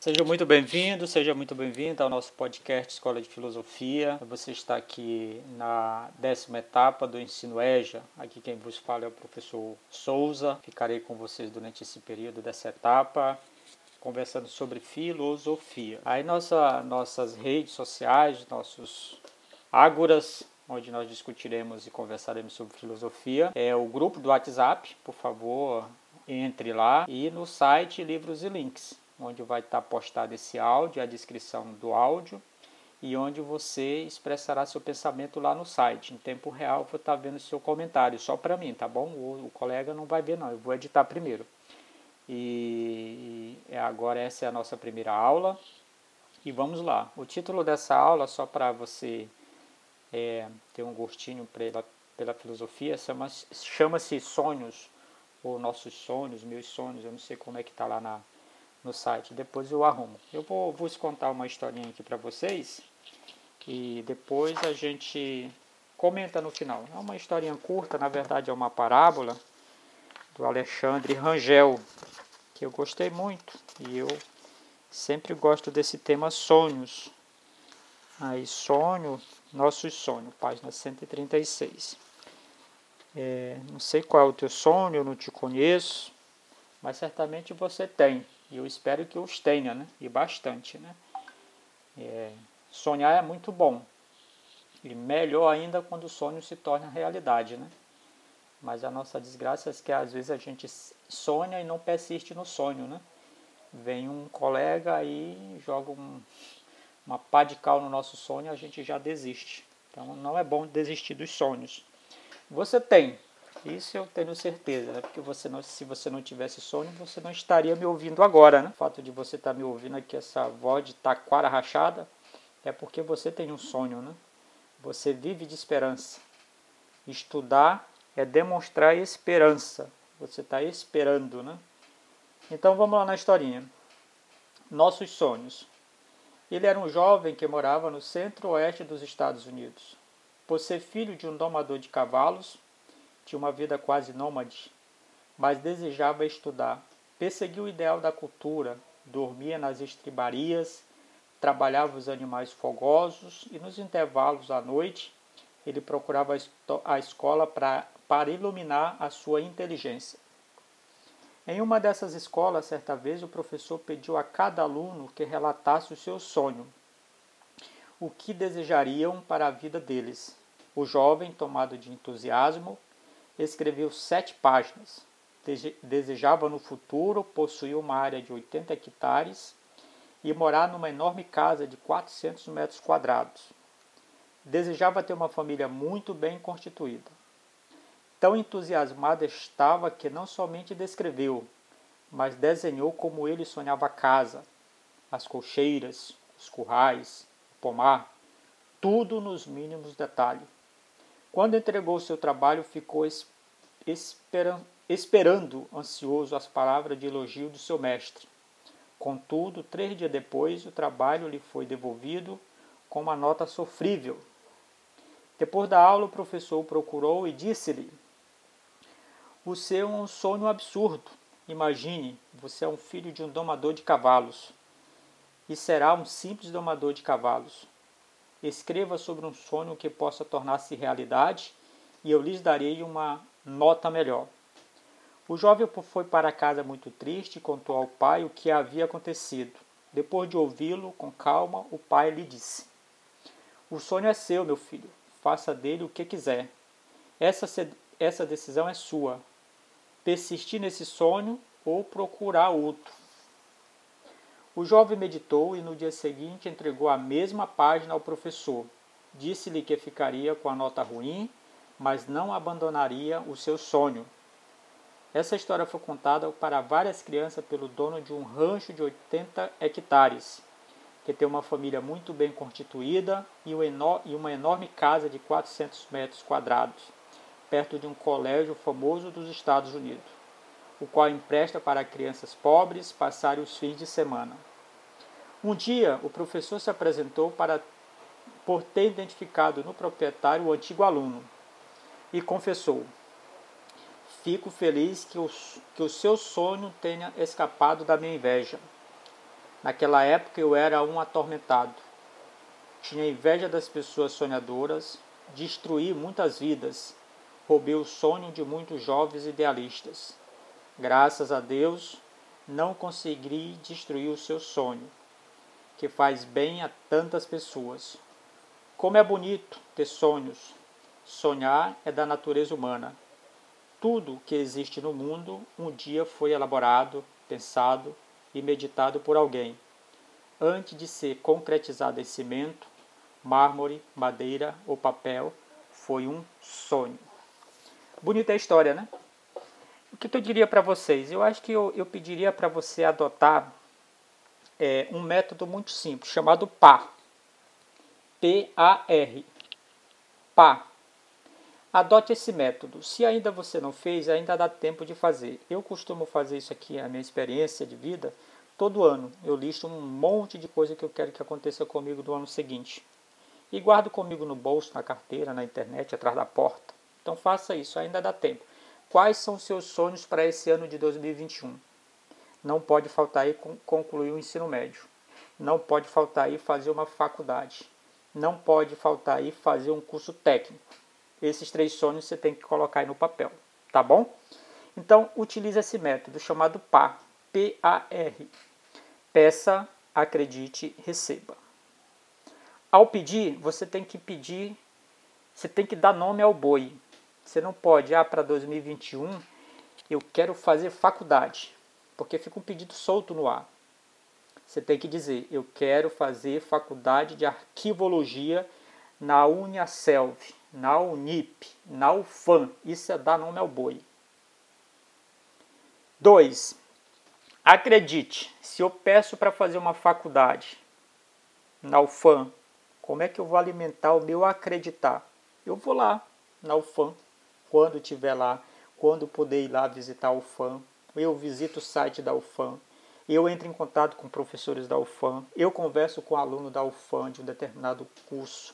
Seja muito bem-vindo ao nosso podcast Escola de Filosofia. Você está aqui na 10ª etapa do ensino EJA. Aqui quem vos fala é o professor Souza. Ficarei com vocês durante esse período dessa etapa, conversando sobre filosofia. Aí nossas redes sociais, nossos ágoras, onde nós discutiremos e conversaremos sobre filosofia, é o grupo do WhatsApp, por favor, entre lá, e no site Livros e Links, onde vai estar postado esse áudio, a descrição do áudio, e onde você expressará seu pensamento lá no site. Em tempo real, eu vou estar vendo seu comentário, só para mim, tá bom? O colega não vai ver não, eu vou editar primeiro. E agora essa é a nossa primeira aula, e vamos lá. O título dessa aula, só para você ter um gostinho pela filosofia, chama-se Sonhos, ou Nossos Sonhos, Meus Sonhos, eu não sei como é que está lá no site, depois eu arrumo. Eu vou contar uma historinha aqui para vocês e depois a gente comenta no final. É uma historinha curta, na verdade é uma parábola do Alexandre Rangel, que eu gostei muito e eu sempre gosto desse tema sonhos. Aí sonho, Nossos Sonhos, página 136. Não sei qual é o teu sonho, eu não te conheço, mas certamente você tem. E eu espero que os tenha, né? E bastante, né? Sonhar é muito bom. E melhor ainda quando o sonho se torna realidade, né? Mas a nossa desgraça é que às vezes a gente sonha e não persiste no sonho, né? Vem um colega e joga uma pá de cal no nosso sonho e a gente já desiste. Então não é bom desistir dos sonhos. Você tem, isso eu tenho certeza, né? Porque se você não tivesse sonho, você não estaria me ouvindo agora, né? O fato de você estar me ouvindo aqui, essa voz de taquara rachada, é porque você tem um sonho, né? Você vive de esperança. Estudar é demonstrar esperança. Você está esperando, né? Então vamos lá na historinha. Nossos sonhos. Ele era um jovem que morava no centro-oeste dos Estados Unidos. Por ser filho de um domador de cavalos, tinha uma vida quase nômade, mas desejava estudar. Perseguiu o ideal da cultura, dormia nas estribarias, trabalhava os animais fogosos e nos intervalos à noite ele procurava a escola para iluminar a sua inteligência. Em uma dessas escolas, certa vez, o professor pediu a cada aluno que relatasse o seu sonho, o que desejariam para a vida deles. O jovem, tomado de entusiasmo, escreveu 7 páginas. Desejava no futuro possuir uma área de 80 hectares e morar numa enorme casa de 400 metros quadrados. Desejava ter uma família muito bem constituída. Tão entusiasmado estava que não somente descreveu, mas desenhou como ele sonhava a casa, as colcheiras, os currais, o pomar, tudo nos mínimos detalhes. Quando entregou seu trabalho, ficou esperando ansioso as palavras de elogio do seu mestre. Contudo, 3 dias depois, o trabalho lhe foi devolvido com uma nota sofrível. Depois da aula, o professor o procurou e disse-lhe: "O seu é um sonho absurdo. Imagine, você é um filho de um domador de cavalos e será um simples domador de cavalos. Escreva sobre um sonho que possa tornar-se realidade e eu lhes darei uma nota melhor." O jovem foi para casa muito triste e contou ao pai o que havia acontecido. Depois de ouvi-lo com calma, o pai lhe disse: "O sonho é seu, meu filho. Faça dele o que quiser. Essa decisão é sua. Persistir nesse sonho ou procurar outro." O jovem meditou e no dia seguinte entregou a mesma página ao professor. Disse-lhe que ficaria com a nota ruim, mas não abandonaria o seu sonho. Essa história foi contada para várias crianças pelo dono de um rancho de 80 hectares, que tem uma família muito bem constituída e uma enorme casa de 400 metros quadrados, perto de um colégio famoso dos Estados Unidos, o qual empresta para crianças pobres passarem os fins de semana. Um dia, o professor se apresentou por ter identificado no proprietário o antigo aluno e confessou: "Fico feliz que o seu sonho tenha escapado da minha inveja." Naquela época eu era um atormentado. Tinha inveja das pessoas sonhadoras, destruí muitas vidas, roubei o sonho de muitos jovens idealistas. Graças a Deus, não consegui destruir o seu sonho, que faz bem a tantas pessoas. Como é bonito ter sonhos. Sonhar é da natureza humana. Tudo que existe no mundo um dia foi elaborado, pensado e meditado por alguém, antes de ser concretizado em cimento, mármore, madeira ou papel, foi um sonho. Bonita a história, né? O que eu diria para vocês? Eu acho que eu pediria para você adotar um método muito simples, chamado PAR. P-A-R. PAR. Adote esse método. Se ainda você não fez, ainda dá tempo de fazer. Eu costumo fazer isso aqui, a minha experiência de vida, todo ano. Eu listo um monte de coisa que eu quero que aconteça comigo no ano seguinte. E guardo comigo no bolso, na carteira, na internet, atrás da porta. Então faça isso, ainda dá tempo. Quais são os seus sonhos para esse ano de 2021? Não pode faltar aí concluir o ensino médio. Não pode faltar aí fazer uma faculdade. Não pode faltar aí fazer um curso técnico. Esses 3 sonhos você tem que colocar aí no papel, tá bom? Então, utilize esse método chamado PAR. P-A-R. Peça, acredite, receba. Ao pedir, você tem que dar nome ao boi. Você não pode, para 2021, eu quero fazer faculdade, porque fica um pedido solto no ar. Você tem que dizer, eu quero fazer faculdade de arquivologia na Uniaselv, na Unip, na UFAM. Isso é dar nome ao boi. 2. Acredite, se eu peço para fazer uma faculdade na UFAM, como é que eu vou alimentar o meu acreditar? Eu vou lá na UFAM, quando estiver lá, quando puder ir lá visitar a UFAM, eu visito o site da UFAM, eu entro em contato com professores da UFAM, eu converso com aluno da UFAM de um determinado curso,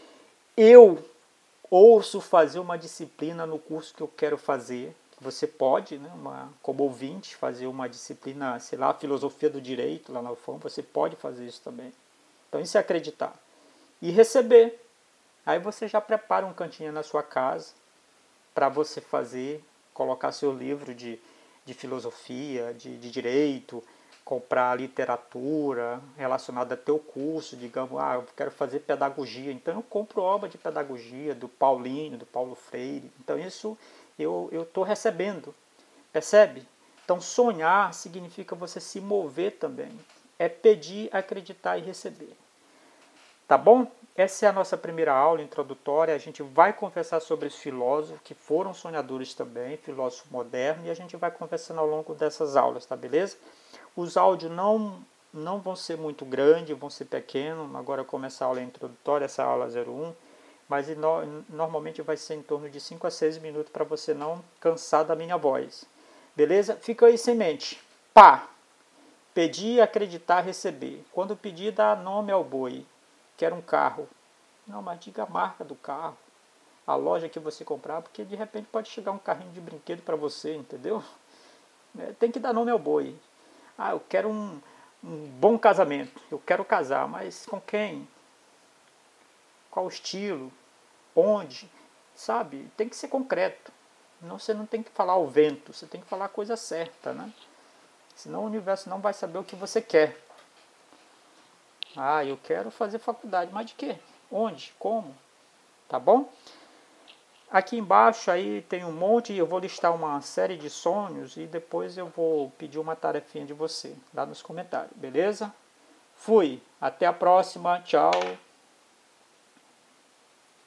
eu ouço fazer uma disciplina no curso que eu quero fazer. Você pode, né, como ouvinte, fazer uma disciplina, sei lá, filosofia do direito lá na UFAM, você pode fazer isso também. Então isso é acreditar. E receber. Aí você já prepara um cantinho na sua casa para você fazer, colocar seu livro de filosofia, de direito, comprar literatura relacionada a teu curso, digamos, eu quero fazer pedagogia, então eu compro obra de pedagogia do Paulinho, do Paulo Freire, então isso eu estou recebendo, percebe? Então sonhar significa você se mover também, é pedir, acreditar e receber. Tá bom? Essa é a nossa primeira aula introdutória. A gente vai conversar sobre os filósofos que foram sonhadores também, filósofo moderno, e a gente vai conversando ao longo dessas aulas, tá beleza? Os áudios não vão ser muito grandes, vão ser pequenos. Agora começa a aula introdutória, essa aula 01, mas normalmente vai ser em torno de 5 a 6 minutos para você não cansar da minha voz. Beleza? Fica aí sem mente. Pá! Pedir, acreditar, receber. Quando pedir, dá nome ao boi. Quero um carro. Não, mas diga a marca do carro. A loja que você comprar, porque de repente pode chegar um carrinho de brinquedo para você, entendeu? Tem que dar nome ao boi. Eu quero um bom casamento. Eu quero casar, mas com quem? Qual estilo? Onde? Sabe? Tem que ser concreto. Você não tem que falar ao vento, você tem que falar a coisa certa, né? Senão o universo não vai saber o que você quer. Eu quero fazer faculdade, mas de quê? Onde? Como? Tá bom? Aqui embaixo aí tem um monte, eu vou listar uma série de sonhos e depois eu vou pedir uma tarefinha de você lá nos comentários, beleza? Fui, até a próxima, tchau.